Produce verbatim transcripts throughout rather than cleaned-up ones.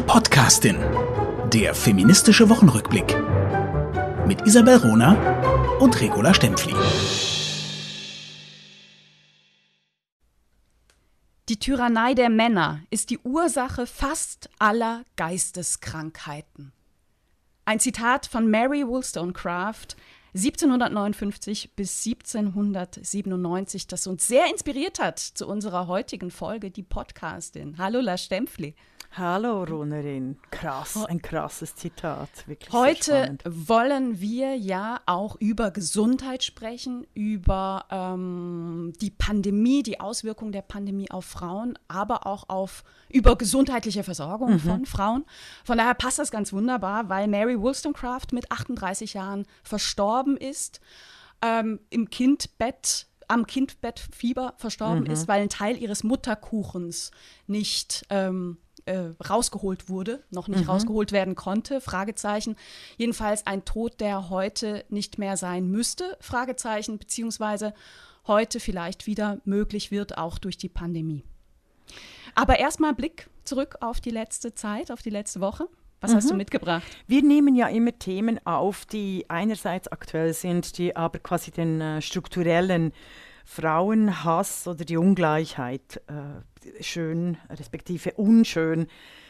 Podcastin. Der feministische Wochenrückblick. Mit Isabel Rohner und Regula Stempfli. Die Tyrannei der Männer ist die Ursache fast aller Geisteskrankheiten. Ein Zitat von Mary Wollstonecraft, siebzehnhundertneunundfünfzig bis siebzehnhundertsiebenundneunzig, das uns sehr inspiriert hat zu unserer heutigen Folge, die Podcastin. Hallo, La Stempfli. Hallo, Rohnerin. Krass, ein krasses Zitat. Wirklich Heute wollen wir ja auch über Gesundheit sprechen, über ähm, die Pandemie, die Auswirkungen der Pandemie auf Frauen, aber auch auf über gesundheitliche Versorgung mhm. von Frauen. Von daher passt das ganz wunderbar, weil Mary Wollstonecraft mit achtunddreißig Jahren verstorben ist, ähm, im Kindbett, am Kindbettfieber verstorben mhm. ist, weil ein Teil ihres Mutterkuchens nicht ähm, Äh, rausgeholt wurde, noch nicht mhm. rausgeholt werden konnte, Fragezeichen. Jedenfalls ein Tod, der heute nicht mehr sein müsste, Fragezeichen, beziehungsweise heute vielleicht wieder möglich wird, auch durch die Pandemie. Aber erstmal Blick zurück auf die letzte Zeit, auf die letzte Woche. Was mhm. hast du mitgebracht? Wir nehmen ja immer Themen auf, die einerseits aktuell sind, die aber quasi den äh, strukturellen Frauenhass oder die Ungleichheit äh, schön, respektive unschön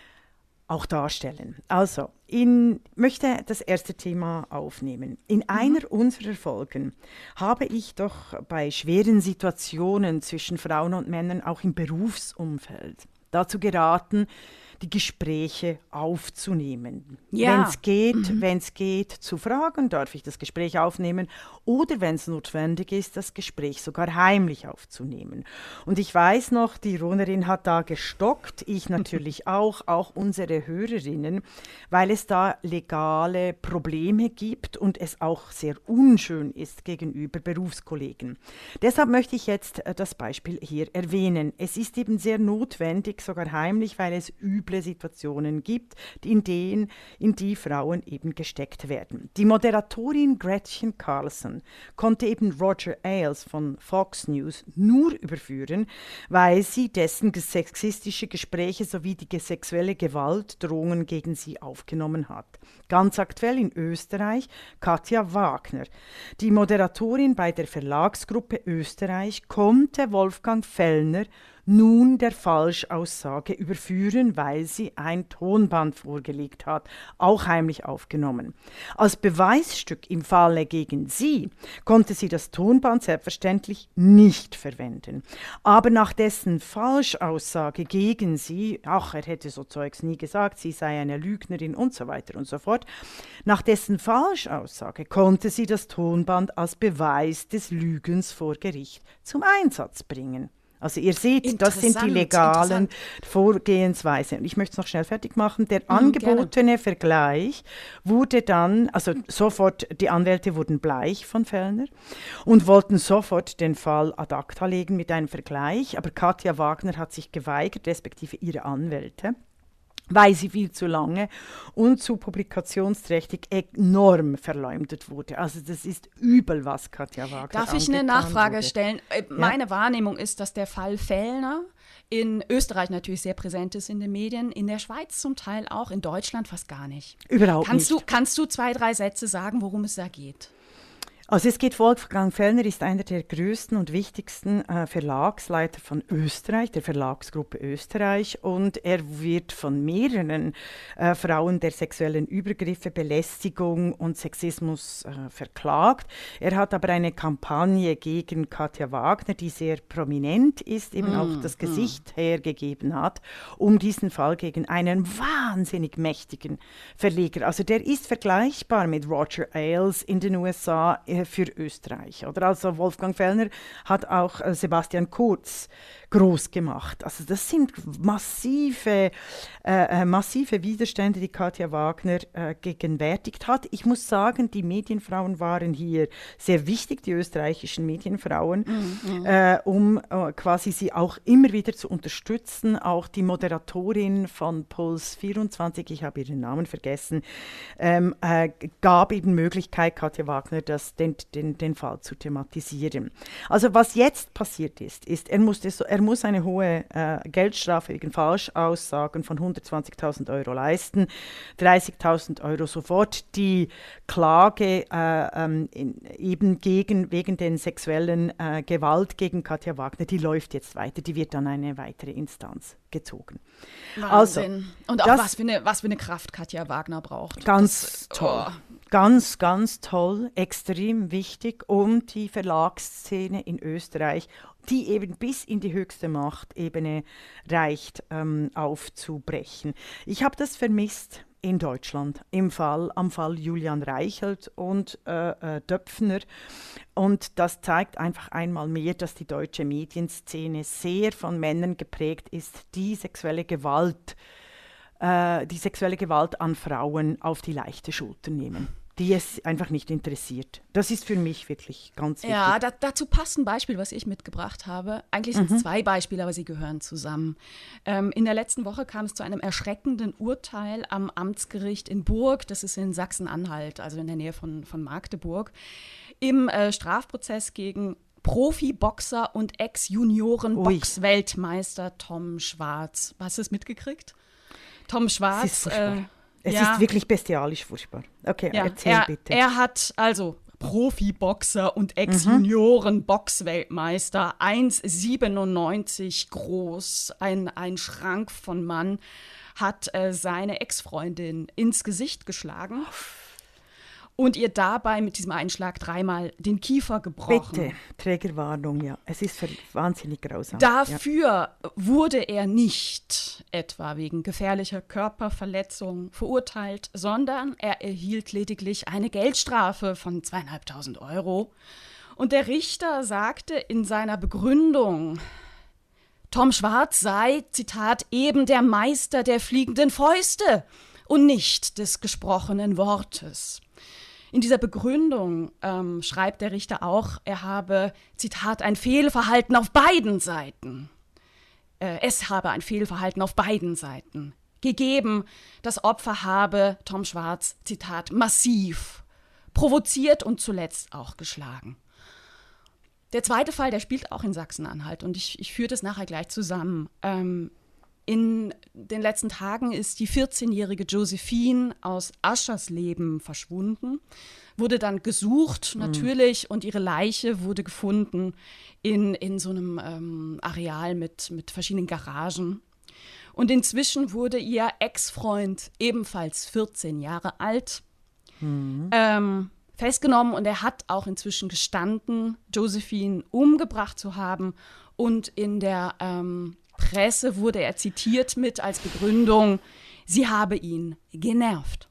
auch darstellen. Also, ich möchte das erste Thema aufnehmen. In mhm. einer unserer Folgen habe ich doch bei schweren Situationen zwischen Frauen und Männern auch im Berufsumfeld dazu geraten, die Gespräche aufzunehmen. Ja. Wenn es geht, mhm. wenn es geht, zu fragen, darf ich das Gespräch aufnehmen oder wenn es notwendig ist, das Gespräch sogar heimlich aufzunehmen. Und ich weiß noch, die Rohnerin hat da gestockt, ich natürlich auch, auch unsere Hörerinnen, weil es da legale Probleme gibt und es auch sehr unschön ist gegenüber Berufskollegen. Deshalb möchte ich jetzt äh, das Beispiel hier erwähnen. Es ist eben sehr notwendig, sogar heimlich, weil es üble Situationen gibt, in denen in die Frauen eben gesteckt werden. Die Moderatorin Gretchen Carlson konnte eben Roger Ailes von Fox News nur überführen, weil sie dessen sexistische Gespräche sowie die sexuelle Gewaltdrohungen gegen sie aufgenommen hat. Ganz aktuell in Österreich Katja Wagner. Die Moderatorin bei der Verlagsgruppe Österreich konnte Wolfgang Fellner nun der Falschaussage überführen, weil sie ein Tonband vorgelegt hat, auch heimlich aufgenommen. Als Beweisstück im Falle gegen sie konnte sie das Tonband selbstverständlich nicht verwenden. Aber nach dessen Falschaussage gegen sie, ach, er hätte so Zeugs nie gesagt, sie sei eine Lügnerin und so weiter und so fort, nach dessen Falschaussage konnte sie das Tonband als Beweis des Lügens vor Gericht zum Einsatz bringen. Also ihr seht, das sind die legalen Vorgehensweisen. Und ich möchte es noch schnell fertig machen. Der mhm, angebotene gerne. Vergleich wurde dann, also sofort, die Anwälte wurden bleich von Fellner und wollten sofort den Fall ad acta legen mit einem Vergleich. Aber Katja Wagner hat sich geweigert, respektive ihre Anwälte, weil sie viel zu lange und zu publikationsträchtig enorm verleumdet wurde. Also das ist übel, was Katja Wagner Darf ich eine Nachfrage wurde. stellen? Äh, ja? Meine Wahrnehmung ist, dass der Fall Fellner in Österreich natürlich sehr präsent ist in den Medien, in der Schweiz zum Teil auch, in Deutschland fast gar nicht. Überhaupt kannst nicht. Du, kannst du zwei, drei Sätze sagen, worum es da geht? Also es geht, Wolfgang Fellner ist einer der größten und wichtigsten äh, Verlagsleiter von Österreich, der Verlagsgruppe Österreich, und er wird von mehreren äh, Frauen der sexuellen Übergriffe, Belästigung und Sexismus äh, verklagt. Er hat aber eine Kampagne gegen Katja Wagner, die sehr prominent ist, eben mm, auch das Gesicht mm. hergegeben hat, um diesen Fall gegen einen wahnsinnig mächtigen Verleger. Also der ist vergleichbar mit Roger Ailes in den U S A für Österreich. Oder also Wolfgang Fellner hat auch äh, Sebastian Kurz groß gemacht. Also das sind massive, äh, massive Widerstände, die Katja Wagner äh, gegenwärtigt hat. Ich muss sagen, die Medienfrauen waren hier sehr wichtig, die österreichischen Medienfrauen, mhm. äh, um äh, quasi sie auch immer wieder zu unterstützen. Auch die Moderatorin von Puls vierundzwanzig, ich habe ihren Namen vergessen, ähm, äh, gab eben Möglichkeit, Katja Wagner das den, den, den Fall zu thematisieren. Also was jetzt passiert ist, ist, er, musste so, er muss eine hohe äh, Geldstrafe wegen Falschaussagen von hundertzwanzigtausend Euro leisten, dreißigtausend Euro sofort. Die Klage äh, ähm, in, eben gegen, wegen den sexuellen äh, Gewalt gegen Katja Wagner, die läuft jetzt weiter, die wird dann eine weitere Instanz gezogen. Wahnsinn. Also, und auch was für, eine, was für eine Kraft Katja Wagner braucht. Ganz das, toll. Oh. Ganz, ganz toll, extrem wichtig, um die Verlagsszene in Österreich, die eben bis in die höchste Machtebene reicht, ähm, aufzubrechen. Ich habe das vermisst in Deutschland, im Fall, am Fall Julian Reichelt und äh, äh, Döpfner. Und das zeigt einfach einmal mehr, dass die deutsche Medienszene sehr von Männern geprägt ist, die sexuelle Gewalt die sexuelle Gewalt an Frauen auf die leichte Schulter nehmen, die es einfach nicht interessiert. Das ist für mich wirklich ganz wichtig. Ja, da, dazu passt ein Beispiel, was ich mitgebracht habe. Eigentlich sind es mhm. zwei Beispiele, aber sie gehören zusammen. Ähm, in der letzten Woche kam es zu einem erschreckenden Urteil am Amtsgericht in Burg, das ist in Sachsen-Anhalt, also in der Nähe von, von Magdeburg, im äh, Strafprozess gegen Profiboxer und Ex-Junioren-Boxweltmeister Tom Schwarz. Hast du es mitgekriegt? Tom Schwarz. Es ist, äh, es ja. ist wirklich bestialisch furchtbar. Okay, ja, erzähl er, bitte. Er hat also Profiboxer und Ex-Junioren-Boxweltmeister, eins Komma siebenundneunzig groß, ein, ein Schrank von Mann, hat äh, seine Ex-Freundin ins Gesicht geschlagen. Und ihr dabei mit diesem Einschlag dreimal den Kiefer gebrochen. Bitte, Trägerwarnung, ja. Es ist wahnsinnig grausam. Dafür ja. wurde er nicht etwa wegen gefährlicher Körperverletzung verurteilt, sondern er erhielt lediglich eine Geldstrafe von zweieinhalbtausend Euro. Und der Richter sagte in seiner Begründung, Tom Schwarz sei, Zitat, eben der Meister der fliegenden Fäuste und nicht des gesprochenen Wortes. In dieser Begründung ähm, schreibt der Richter auch, er habe, Zitat, ein Fehlverhalten auf beiden Seiten. Äh, es habe ein Fehlverhalten auf beiden Seiten gegeben. Das Opfer habe Tom Schwarz, Zitat, massiv provoziert und zuletzt auch geschlagen. Der zweite Fall, der spielt auch in Sachsen-Anhalt und ich, ich führe das nachher gleich zusammen. Ähm, In den letzten Tagen ist die vierzehnjährige Josephine aus Aschersleben verschwunden, wurde dann gesucht natürlich mhm. und ihre Leiche wurde gefunden in, in so einem ähm, Areal mit, mit verschiedenen Garagen. Und inzwischen wurde ihr Ex-Freund, ebenfalls vierzehn Jahre alt, mhm. ähm, festgenommen und er hat auch inzwischen gestanden, Josephine umgebracht zu haben und in der ähm, Presse wurde er zitiert mit als Begründung, sie habe ihn genervt.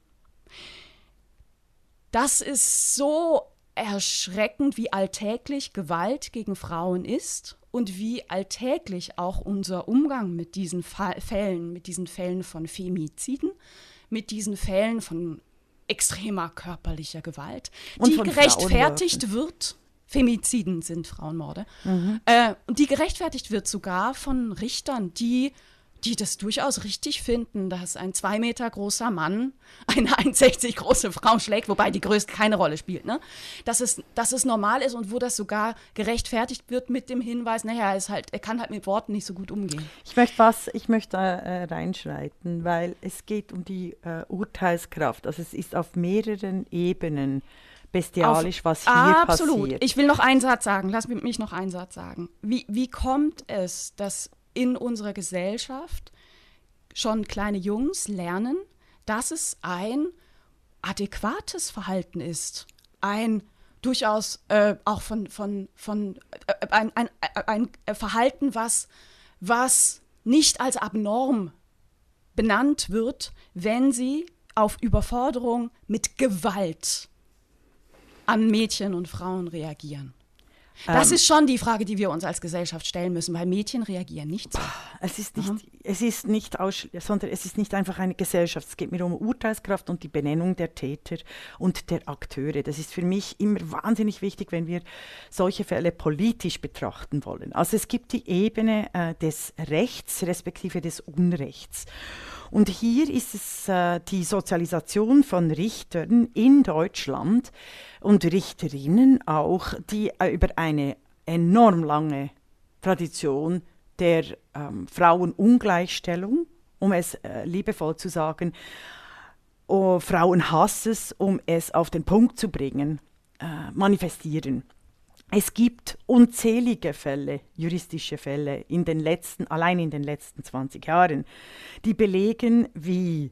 Das ist so erschreckend, wie alltäglich Gewalt gegen Frauen ist und wie alltäglich auch unser Umgang mit diesen Fa- Fällen, mit diesen Fällen von Femiziden, mit diesen Fällen von extremer körperlicher Gewalt, und die gerechtfertigt wird. Femiziden sind Frauenmorde. Mhm. Äh, und die gerechtfertigt wird sogar von Richtern, die, die das durchaus richtig finden, dass ein zwei Meter großer Mann eine eins Komma sechzig große Frau schlägt, wobei die Größe keine Rolle spielt. Ne? Dass es, dass es normal ist und wo das sogar gerechtfertigt wird mit dem Hinweis, naja, er, ist halt, er kann halt mit Worten nicht so gut umgehen. Ich möchte was, ich möchte äh, reinschreiten, weil es geht um die äh, Urteilskraft. Also es ist auf mehreren Ebenen bestialisch, auf, was hier absolut. passiert. Absolut. Ich will noch einen Satz sagen. Lass mich noch einen Satz sagen. Wie, wie kommt es, dass in unserer Gesellschaft schon kleine Jungs lernen, dass es ein adäquates Verhalten ist? Ein durchaus äh, auch von, von, von äh, ein, ein, ein Verhalten, was, was nicht als abnorm benannt wird, wenn sie auf Überforderung mit Gewalt an Mädchen und Frauen reagieren. Das ähm, ist schon die Frage, die wir uns als Gesellschaft stellen müssen, weil Mädchen reagieren nicht so. Es ist nicht, es ist nicht aus, sondern es ist nicht einfach eine Gesellschaft. Es geht mir um Urteilskraft und die Benennung der Täter und der Akteure. Das ist für mich immer wahnsinnig wichtig, wenn wir solche Fälle politisch betrachten wollen. Also es gibt die Ebene äh, des Rechts respektive des Unrechts. Und hier ist es äh, die Sozialisation von Richtern in Deutschland und Richterinnen auch, die äh, über eine enorm lange Tradition der ähm, Frauenungleichstellung, um es äh, liebevoll zu sagen, oh, Frauenhasses, um es auf den Punkt zu bringen, äh, manifestieren. Es gibt unzählige Fälle, juristische Fälle, in den letzten, allein in den letzten zwanzig Jahren, die belegen, wie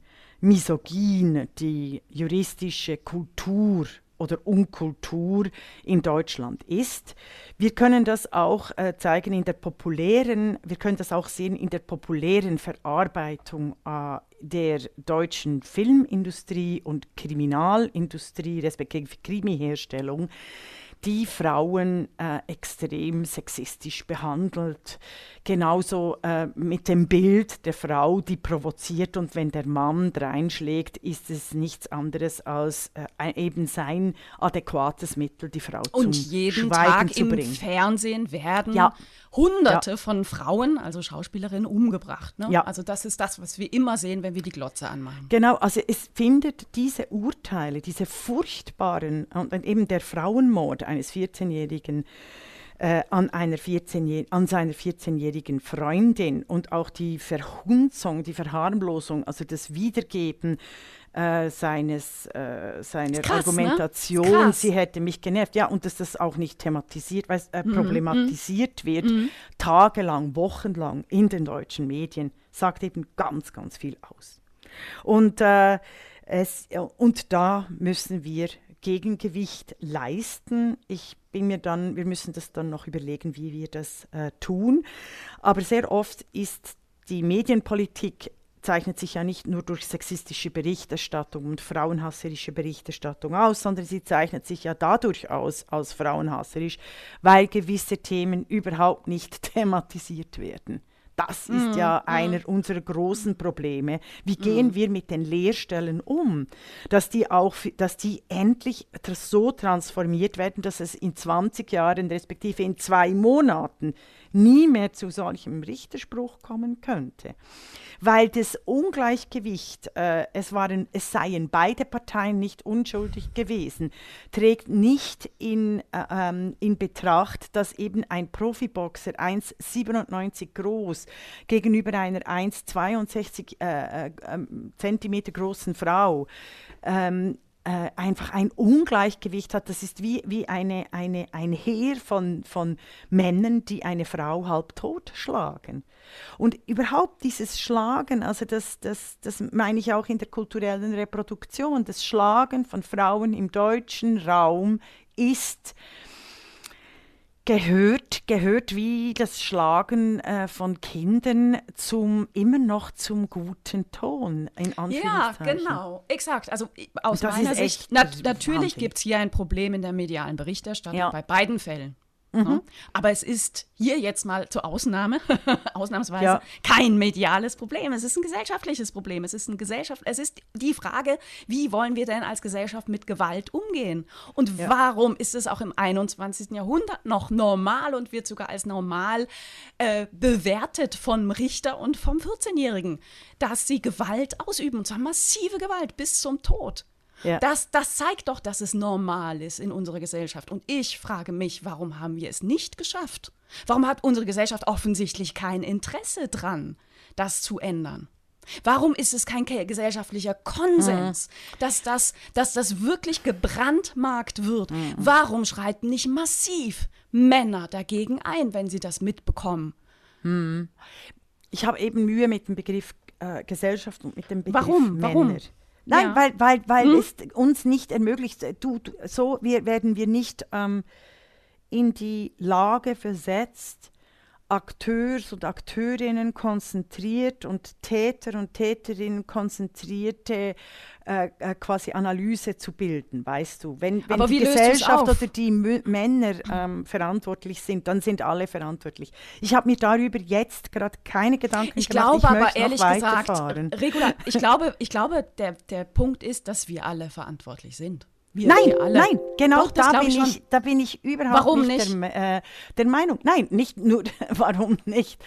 misogyn die juristische Kultur oder Unkultur in Deutschland ist. Wir können das auch äh, zeigen in der populären, wir können das auch sehen in der populären Verarbeitung äh, der deutschen Filmindustrie und Kriminalindustrie, respektive Krimiherstellung, die Frauen äh, extrem sexistisch behandelt. Genauso äh, mit dem Bild der Frau, die provoziert, und wenn der Mann dreinschlägt, ist es nichts anderes als äh, eben sein adäquates Mittel, die Frau und zum jeden Schweigen Tag zu im bringen. Fernsehen werden Ja. Hunderte Ja. von Frauen, also Schauspielerinnen, umgebracht. Ne? Ja. Also das ist das, was wir immer sehen, wenn wir die Glotze anmachen. Genau, also es findet diese Urteile, diese furchtbaren, und eben der Frauenmord eines vierzehnjährigen äh, an, einer vierzehnjährigen, an seiner vierzehnjährigen Freundin und auch die Verhunzung, die Verharmlosung, also das Wiedergeben äh, seines, äh, seiner Krass, Argumentation, ne? Krass. sie hätte mich genervt, ja, und dass das auch nicht thematisiert, weil es äh, Mhm, problematisiert wird, Mhm. tagelang, wochenlang in den deutschen Medien, sagt eben ganz, ganz viel aus. Und, äh, es, und da müssen wir Gegengewicht leisten. Ich bin mir dann, wir müssen das dann noch überlegen, wie wir das äh, tun. Aber sehr oft ist die Medienpolitik, zeichnet sich ja nicht nur durch sexistische Berichterstattung und frauenhasserische Berichterstattung aus, sondern sie zeichnet sich ja dadurch aus, als frauenhasserisch, weil gewisse Themen überhaupt nicht thematisiert werden. Das ist Mhm, ja mhm. einer unserer großen Probleme. Wie gehen wir mit den Lehrstellen um, dass die auch, dass die endlich tr- so transformiert werden, dass es in zwanzig Jahren, respektive in zwei Monaten, nie mehr zu solchem Richterspruch kommen könnte. Weil das Ungleichgewicht, äh, es, waren, es seien beide Parteien nicht unschuldig gewesen, trägt nicht in, äh, ähm, in Betracht, dass eben ein Profiboxer eins Komma siebenundneunzig groß gegenüber einer eins Komma zweiundsechzig äh, äh, Zentimeter großen Frau ähm, äh, einfach ein Ungleichgewicht hat. Das ist wie, wie eine, eine, ein Heer von, von Männern, die eine Frau halb tot schlagen. Und überhaupt dieses Schlagen, also das, das, das meine ich auch in der kulturellen Reproduktion, das Schlagen von Frauen im deutschen Raum ist gehört, gehört wie das Schlagen äh, von Kindern zum, immer noch zum guten Ton, in Ja, Anführungszeichen. genau, exakt. Also i- aus Und das meiner ist Sicht, echt- nat das ist natürlich Wahnsinn. gibt es hier ein Problem in der medialen Berichterstattung Ja. bei beiden Fällen. Mhm. Ne? Aber es ist hier jetzt mal zur Ausnahme, ausnahmsweise, Ja. kein mediales Problem. Es ist ein gesellschaftliches Problem. Es ist ein Gesellschaft, es ist die Frage, wie wollen wir denn als Gesellschaft mit Gewalt umgehen? Und Ja. warum ist es auch im einundzwanzigsten Jahrhundert noch normal und wird sogar als normal äh, bewertet vom Richter und vom vierzehnjährigen, dass sie Gewalt ausüben, und zwar massive Gewalt bis zum Tod? Ja. Das, das zeigt doch, dass es normal ist in unserer Gesellschaft. Und ich frage mich, warum haben wir es nicht geschafft? Warum hat unsere Gesellschaft offensichtlich kein Interesse dran, das zu ändern? Warum ist es kein ke- gesellschaftlicher Konsens, Mhm. dass, das, dass das wirklich gebrandmarkt wird? Mhm. Warum schreiten nicht massiv Männer dagegen ein, wenn sie das mitbekommen? Ich habe eben Mühe mit dem Begriff äh, Gesellschaft und mit dem Begriff Warum? Männer. Warum? Nein, Ja. weil, weil, weil Hm? es uns nicht ermöglicht, du, du, so wir, werden wir nicht ähm, in die Lage versetzt, Akteurs und Akteurinnen konzentriert und Täter und Täterinnen konzentrierte äh, äh, quasi Analyse zu bilden, weißt du. Wenn, wenn Aber die wie löst du's Gesellschaft auf? oder die Mü- Männer ähm, verantwortlich sind, dann sind alle verantwortlich. Ich habe mir darüber jetzt gerade keine Gedanken Ich gemacht. glaube aber möchte noch ehrlich gesagt, weiterfahren. Regula, ich glaube, ich glaube der, der Punkt ist, dass wir alle verantwortlich sind. Wir, Nein, wir alle. nein, genau Doch, das da, glaube bin ich ich, schon. da bin ich überhaupt Warum nicht, nicht? Der, äh, der Meinung. Nein, nicht nur, warum nicht?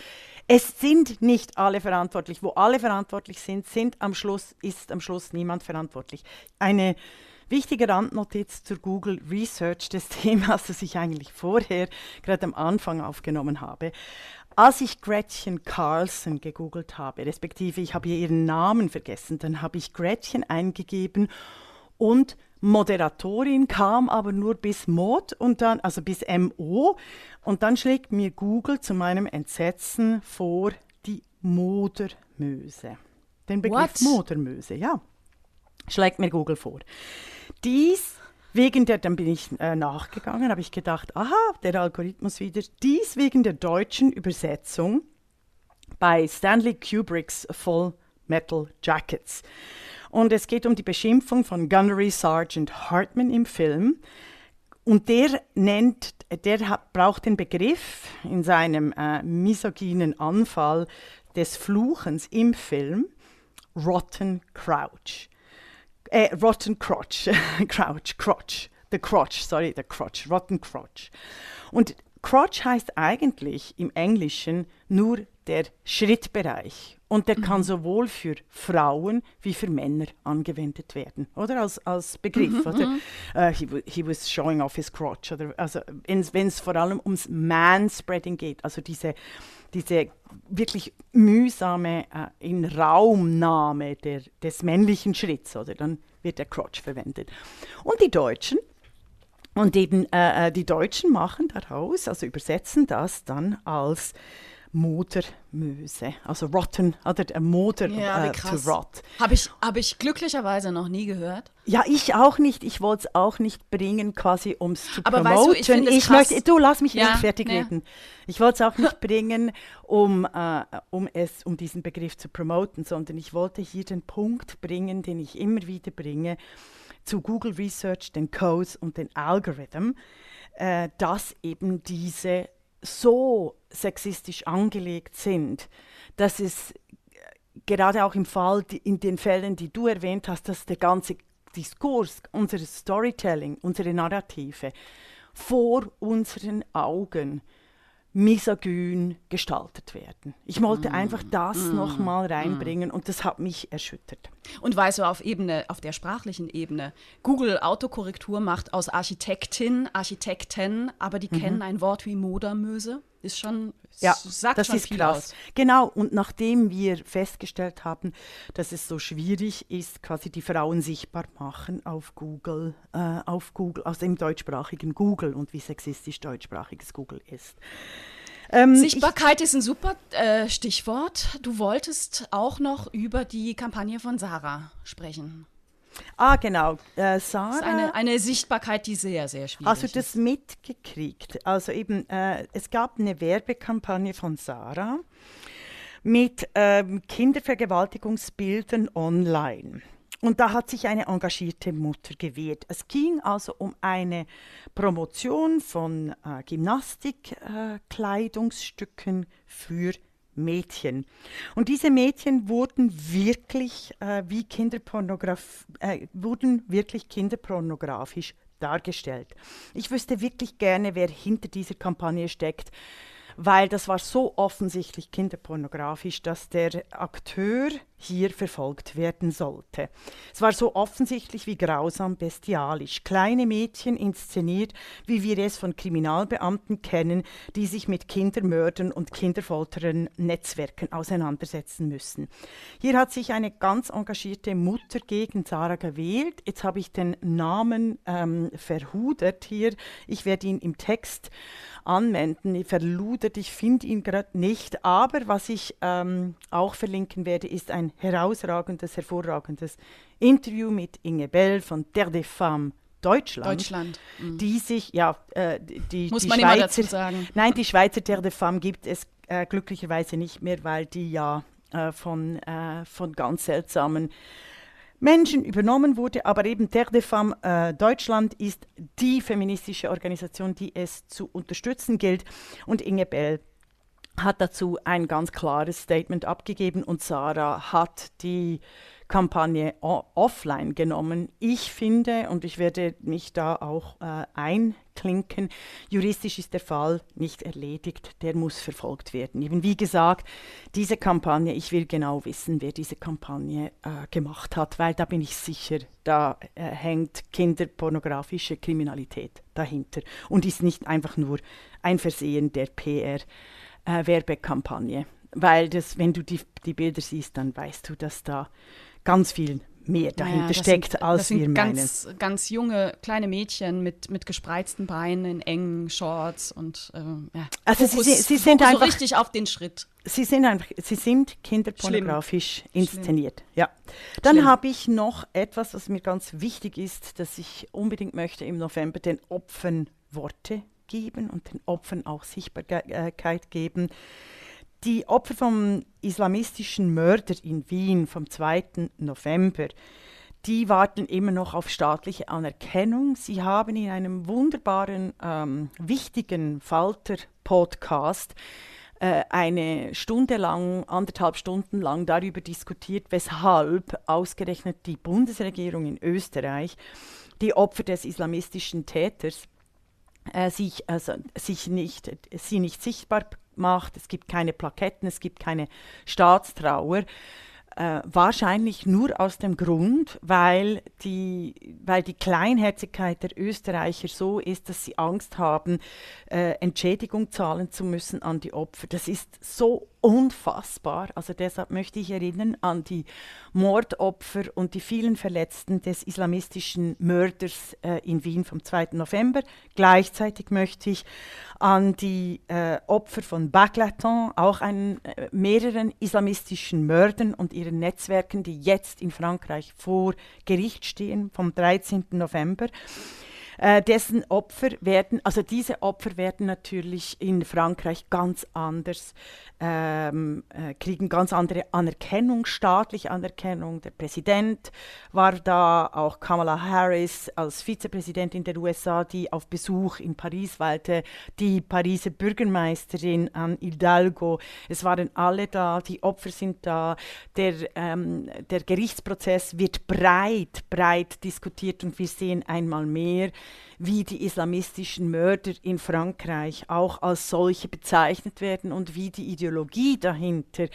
Es sind nicht alle verantwortlich. Wo alle verantwortlich sind, sind am Schluss, ist am Schluss niemand verantwortlich. Eine wichtige Randnotiz zur Google Research des Themas, das ich eigentlich vorher gerade am Anfang aufgenommen habe. Als ich Gretchen Carlson gegoogelt habe, respektive ich habe ihren Namen vergessen, dann habe ich Gretchen eingegeben und Moderatorin kam aber nur bis Mod und dann, also bis M O, und dann schlägt mir Google zu meinem Entsetzen vor die Modermöse. Den Begriff What? Modermöse, ja, schlägt mir Google vor. Dies wegen der, dann bin ich äh, nachgegangen, habe ich gedacht, aha, der Algorithmus wieder, dies wegen der deutschen Übersetzung bei Stanley Kubricks Full Metal Jackets. Und es geht um die Beschimpfung von Gunnery Sergeant Hartman im Film. Und der nennt, der hat, braucht den Begriff in seinem äh, misogynen Anfall des Fluchens im Film Rotten Crouch. Äh, Rotten Crotch, Crouch, Crotch, the Crotch, sorry, the Crotch, Rotten Crotch. Und Crotch heißt eigentlich im Englischen nur der Schrittbereich. Und der mhm. kann sowohl für Frauen wie für Männer angewendet werden, oder? Als, als Begriff, mhm, oder? Uh, he, he was showing off his crotch. Oder? Also wenn es vor allem ums Manspreading geht, also diese, diese wirklich mühsame äh, Inraumnahme der, des männlichen Schritts, oder? Dann wird der Crotch verwendet. Und die Deutschen, und eben äh, die Deutschen machen daraus, also übersetzen das dann als Modermöse, also rotten, oder der Moder ja, äh, to rot. Habe ich, hab ich glücklicherweise noch nie gehört. Ja, ich auch nicht. Ich wollte es auch nicht bringen, quasi um es zu Aber promoten. Weißt du, ich ich möchte, du, lass mich ja, nicht fertig nee. reden. Ich wollte es auch nicht bringen, um, äh, um, es, um diesen Begriff zu promoten, sondern ich wollte hier den Punkt bringen, den ich immer wieder bringe, zu Google Research, den Codes und den Algorithmen, äh, dass eben diese so sexistisch angelegt sind, dass es gerade auch im Fall, die, in den Fällen, die du erwähnt hast, dass der ganze Diskurs, unser Storytelling, unsere Narrative vor unseren Augen misogyn gestaltet werden. Ich wollte mm. einfach das mm. nochmal reinbringen mm. und das hat mich erschüttert. Und weißt du, auf Ebene, auf der sprachlichen Ebene, Google Autokorrektur macht aus Architektin, Architekten, aber die mhm. kennen ein Wort wie Modermöse. Ist schon, ja, sagt das schon ist viel krass. aus. Genau, und nachdem wir festgestellt haben, dass es so schwierig ist, quasi die Frauen sichtbar machen auf Google, äh, auf Google, also im deutschsprachigen Google und wie sexistisch deutschsprachiges Google ist. Ähm, Sichtbarkeit ist ein super äh, Stichwort. Du wolltest auch noch über die Kampagne von Sarah sprechen. Ah, genau. Äh, Sarah, das ist eine, eine Sichtbarkeit, die sehr, sehr schwierig ist. Hast du das mitgekriegt? Also eben, äh, es gab eine Werbekampagne von Sarah mit ähm, Kindervergewaltigungsbildern online. Und da hat sich eine engagierte Mutter gewehrt. Es ging also um eine Promotion von äh, Gymnastikkleidungsstücken äh, für Mädchen. Und diese Mädchen wurden wirklich, äh, wie Kinderpornograf- äh, wurden wirklich kinderpornografisch dargestellt. Ich wüsste wirklich gerne, wer hinter dieser Kampagne steckt, weil das war so offensichtlich kinderpornografisch, dass der Akteur hier verfolgt werden sollte. Es war so offensichtlich wie grausam bestialisch. Kleine Mädchen inszeniert, wie wir es von Kriminalbeamten kennen, die sich mit Kindermördern und Kinderfolterern Netzwerken auseinandersetzen müssen. Hier hat sich eine ganz engagierte Mutter gegen Sarah gewählt. Jetzt habe ich den Namen ähm, verhudert hier. Ich werde ihn im Text anwenden. Verludert, ich finde ihn gerade nicht. Aber was ich ähm, auch verlinken werde, ist ein herausragendes, hervorragendes Interview mit Inge Bell von Terre des Femmes Deutschland. Deutschland. Mhm. Die sich, ja, äh, die, Muss die man Schweizer, immer dazu sagen. Nein, die Schweizer Terre des Femmes gibt es äh, glücklicherweise nicht mehr, weil die ja äh, von, äh, von ganz seltsamen Menschen übernommen wurde, aber eben Terre des Femmes äh, Deutschland ist die feministische Organisation, die es zu unterstützen gilt. Und Inge Bell hat dazu ein ganz klares Statement abgegeben und Sarah hat die Kampagne offline genommen. Ich finde, und ich werde mich da auch äh, einklinken, juristisch ist der Fall nicht erledigt, der muss verfolgt werden. Eben wie gesagt, diese Kampagne, ich will genau wissen, wer diese Kampagne äh, gemacht hat, weil da bin ich sicher, da äh, hängt kinderpornografische Kriminalität dahinter und ist nicht einfach nur ein Versehen der P R-Werbekampagne. Weil das, wenn du die, die Bilder siehst, dann weißt du, dass da ganz viel mehr dahinter naja, steckt, sind, als das sind wir ganz, meinen. Ganz junge, kleine Mädchen mit, mit gespreizten Beinen in engen Shorts und äh, ja, also Fokus, sie, sie sind Fokus einfach, so richtig auf den Schritt. Sie sind einfach, sie sind kinderpornografisch Schlimm. inszeniert. Ja. Dann Schlimm. habe ich noch etwas, was mir ganz wichtig ist, dass ich unbedingt möchte im November den Opfern Worte geben und den Opfern auch Sichtbarkeit geben. Die Opfer vom islamistischen Mörder in Wien vom zweiten November, die warten immer noch auf staatliche Anerkennung. Sie haben in einem wunderbaren, ähm, wichtigen Falter-Podcast äh, eine Stunde lang, anderthalb Stunden lang darüber diskutiert, weshalb ausgerechnet die Bundesregierung in Österreich die Opfer des islamistischen Täters äh, sich, also, sich nicht, sie nicht sichtbar macht. Es gibt keine Plaketten, es gibt keine Staatstrauer. Äh, wahrscheinlich nur aus dem Grund, weil die, weil die Kleinherzigkeit der Österreicher so ist, dass sie Angst haben, äh, Entschädigung zahlen zu müssen an die Opfer. Das ist so unfassbar. Also deshalb möchte ich erinnern an die Mordopfer und die vielen Verletzten des islamistischen Mörders äh, in Wien vom zweiten November. Gleichzeitig möchte ich an die äh, Opfer von Baghleton, auch einen, äh, mehreren islamistischen Mördern und ihren Netzwerken, die jetzt in Frankreich vor Gericht stehen, vom dreizehnten November. Äh, dessen Opfer werden, also diese Opfer werden natürlich in Frankreich ganz anders, ähm, äh, kriegen ganz andere Anerkennung, staatliche Anerkennung. Der Präsident war da, auch Kamala Harris als Vizepräsidentin der U S A, die auf Besuch in Paris weilte, die Pariser Bürgermeisterin Anne Hidalgo. Es waren alle da, die Opfer sind da. Der, ähm, der Gerichtsprozess wird breit, breit diskutiert und wir sehen einmal mehr, wie die islamistischen Mörder in Frankreich auch als solche bezeichnet werden und wie die Ideologie dahinter,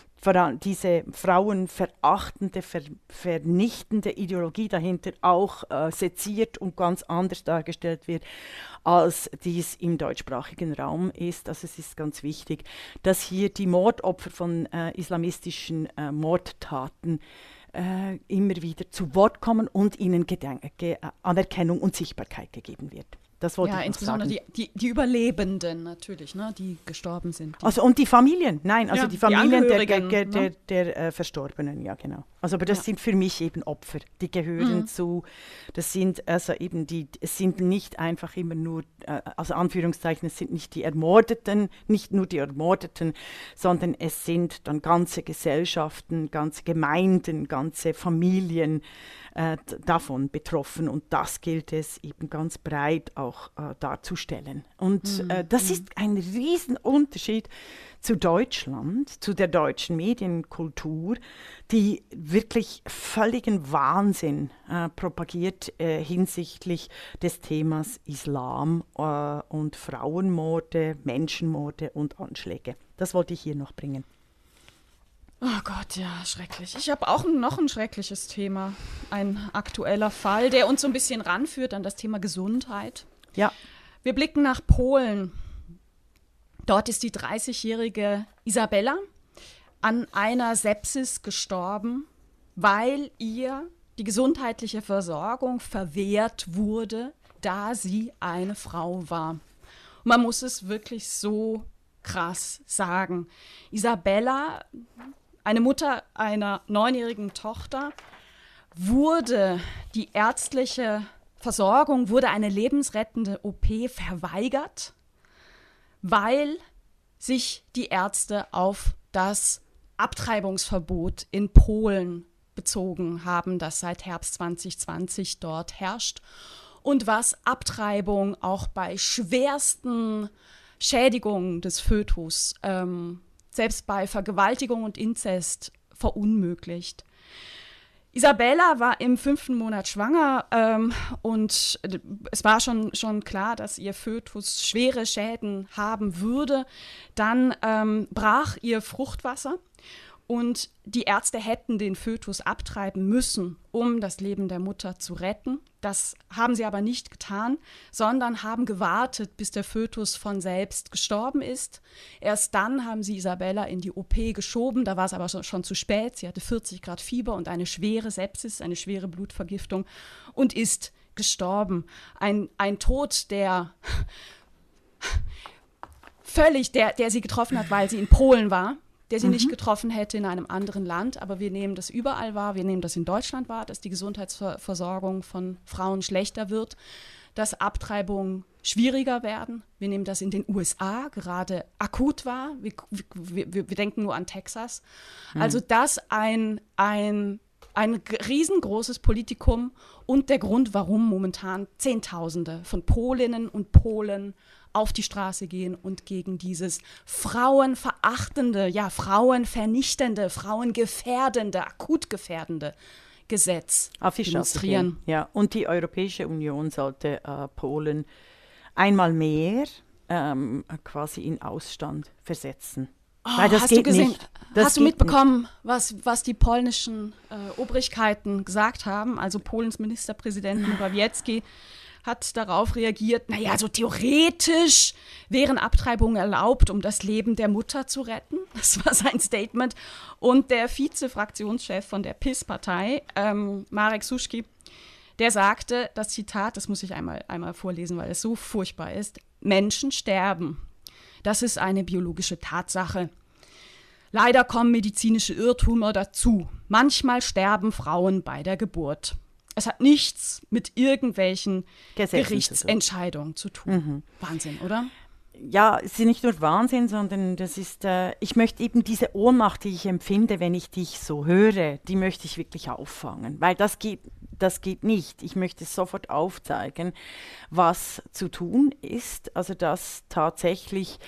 diese frauenverachtende, ver vernichtende Ideologie dahinter auch äh, seziert und ganz anders dargestellt wird, als dies im deutschsprachigen Raum ist. Also es ist ganz wichtig, dass hier die Mordopfer von äh, islamistischen äh, Mordtaten Äh, immer wieder zu Wort kommen und ihnen Gedenk Ge Anerkennung und Sichtbarkeit gegeben wird. Das wollte ja, ich noch insbesondere sagen. Die, die, die Überlebenden natürlich, ne, die gestorben sind. Die also und die Familien, nein, also ja, die Familien die der, der, der, ne? der, der äh, Verstorbenen, ja genau. Also aber das ja. sind für mich eben Opfer, die gehören mhm. zu, das sind also eben die, es sind nicht einfach immer nur, äh, also Anführungszeichen, es sind nicht die Ermordeten, nicht nur die Ermordeten, sondern es sind dann ganze Gesellschaften, ganze Gemeinden, ganze Familien äh, davon betroffen und das gilt es eben ganz breit auch äh, darzustellen. Und mhm. äh, das ist ein Riesenunterschied zu Deutschland, zu der deutschen Medienkultur, die wirklich völligen Wahnsinn äh, propagiert äh, hinsichtlich des Themas Islam äh, und Frauenmorde, Menschenmorde und Anschläge. Das wollte ich hier noch bringen. Oh Gott, ja, schrecklich. Ich habe auch noch ein schreckliches Thema, ein aktueller Fall, der uns so ein bisschen ranführt an das Thema Gesundheit. Ja. Wir blicken nach Polen. Dort ist die dreißigjährige Isabella an einer Sepsis gestorben, weil ihr die gesundheitliche Versorgung verwehrt wurde, da sie eine Frau war. Und man muss es wirklich so krass sagen. Isabella, eine Mutter einer neunjährigen Tochter, wurde die ärztliche Versorgung, wurde eine lebensrettende O P verweigert, weil sich die Ärzte auf das Abtreibungsverbot in Polen bezogen haben, das seit Herbst zwanzig zwanzig dort herrscht und was Abtreibung auch bei schwersten Schädigung des Fötus, ähm, selbst bei Vergewaltigung und Inzest verunmöglicht. Isabella war im fünften Monat schwanger ähm, und es war schon, schon klar, dass ihr Fötus schwere Schäden haben würde. Dann ähm, brach ihr Fruchtwasser und die Ärzte hätten den Fötus abtreiben müssen, um das Leben der Mutter zu retten. Das haben sie aber nicht getan, sondern haben gewartet, bis der Fötus von selbst gestorben ist. Erst dann haben sie Isabella in die O P geschoben, da war es aber schon, schon zu spät. Sie hatte vierzig Grad Fieber und eine schwere Sepsis, eine schwere Blutvergiftung und ist gestorben. Ein, ein Tod, der völlig, der, der sie getroffen hat, weil sie in Polen war, der sie mhm. nicht getroffen hätte in einem anderen Land. Aber wir nehmen das überall wahr. Wir nehmen das in Deutschland wahr, dass die Gesundheitsversorgung von Frauen schlechter wird, dass Abtreibungen schwieriger werden. Wir nehmen das in den U S A gerade akut wahr. Wir, wir, wir, wir denken nur an Texas. Mhm. Also dass ein, ein, ein riesengroßes Politikum und der Grund, warum momentan Zehntausende von Polinnen und Polen auf die Straße gehen und gegen dieses frauenverachtende, ja, frauenvernichtende, frauengefährdende, akut gefährdende Gesetz auf die demonstrieren. Straße gehen. Ja, und die Europäische Union sollte äh, Polen einmal mehr ähm, quasi in Ausstand versetzen. Oh, Weil das hast geht du gesehen, nicht. Das hast du mitbekommen, was, was die polnischen äh, Obrigkeiten gesagt haben? Also Polens Ministerpräsident Morawiecki hat darauf reagiert, naja, also theoretisch wären Abtreibungen erlaubt, um das Leben der Mutter zu retten. Das war sein Statement. Und der Vize-Fraktionschef von der P I S-Partei, ähm, Marek Suski, der sagte, das Zitat, das muss ich einmal, einmal vorlesen, weil es so furchtbar ist: Menschen sterben. Das ist eine biologische Tatsache. Leider kommen medizinische Irrtümer dazu. Manchmal sterben Frauen bei der Geburt. Es hat nichts mit irgendwelchen Gesetzen Gerichtsentscheidungen zu tun. Mhm. Wahnsinn, oder? Ja, es ist nicht nur Wahnsinn, sondern das ist, äh, ich möchte eben diese Ohnmacht, die ich empfinde, wenn ich dich so höre, die möchte ich wirklich auffangen, weil das geht, das geht nicht. Ich möchte sofort aufzeigen, was zu tun ist, also dass tatsächlich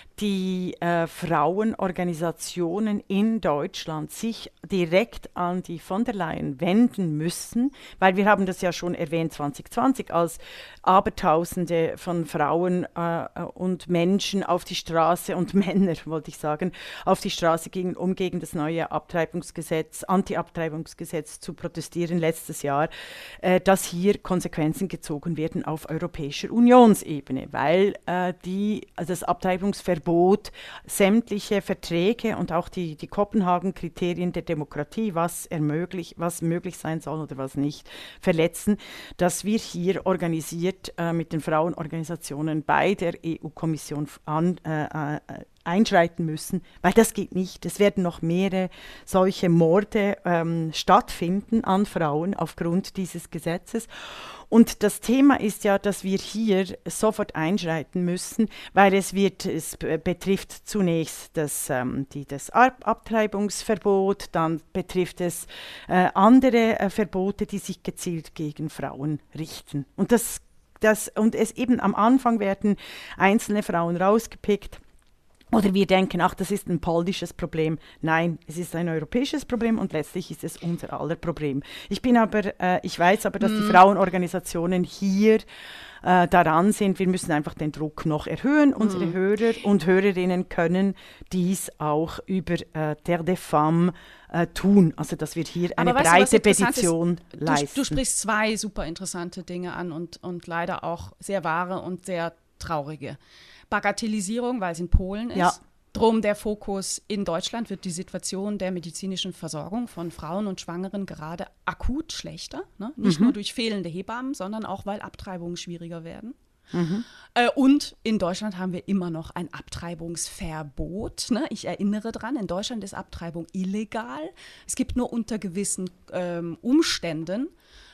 die äh, Frauenorganisationen in Deutschland sich direkt an die von der Leyen wenden müssen, weil wir haben das ja schon erwähnt zwanzig zwanzig, als Abertausende von Frauen äh, und Menschen auf die Straße und Männer, wollte ich sagen, auf die Straße gingen, um gegen das neue Abtreibungsgesetz, Anti-Abtreibungsgesetz zu protestieren letztes Jahr, äh, dass hier Konsequenzen gezogen werden auf europäischer Unionsebene, weil äh, die, also das Abtreibungsverbot sämtliche Verträge und auch die, die Kopenhagen-Kriterien der Demokratie, was ermöglicht, was möglich sein soll oder was nicht, verletzen, dass wir hier organisiert äh, mit den Frauenorganisationen bei der E U-Kommission an, äh, äh, einschreiten müssen, weil das geht nicht. Es werden noch mehrere solche Morde ähm, stattfinden an Frauen aufgrund dieses Gesetzes. Und das Thema ist ja, dass wir hier sofort einschreiten müssen, weil es wird, es betrifft zunächst das, ähm, die, das Ab- Abtreibungsverbot, dann betrifft es äh, andere äh, Verbote, die sich gezielt gegen Frauen richten. Und, das, das, und es eben am Anfang werden einzelne Frauen rausgepickt. Oder wir denken, ach, das ist ein polnisches Problem. Nein, es ist ein europäisches Problem und letztlich ist es unser aller Problem. Ich bin aber, äh, ich weiß aber, dass mm. die Frauenorganisationen hier äh, daran sind. Wir müssen einfach den Druck noch erhöhen. Mm. Unsere Hörer und Hörerinnen können dies auch über äh, Terre des Femmes äh, tun. Also, dass wir hier eine aber breite weißt du, Petition ist, leisten. Du, du sprichst zwei super interessante Dinge an und, und leider auch sehr wahre und sehr traurige. Bagatellisierung, weil es in Polen ist. Ja. Drum der Fokus in Deutschland wird die Situation der medizinischen Versorgung von Frauen und Schwangeren gerade akut schlechter. Ne? Nicht mhm. nur durch fehlende Hebammen, sondern auch, weil Abtreibungen schwieriger werden. Mhm. Äh, und in Deutschland haben wir immer noch ein Abtreibungsverbot. Ne? Ich erinnere dran, in Deutschland ist Abtreibung illegal. Es gibt nur unter gewissen ähm, Umständen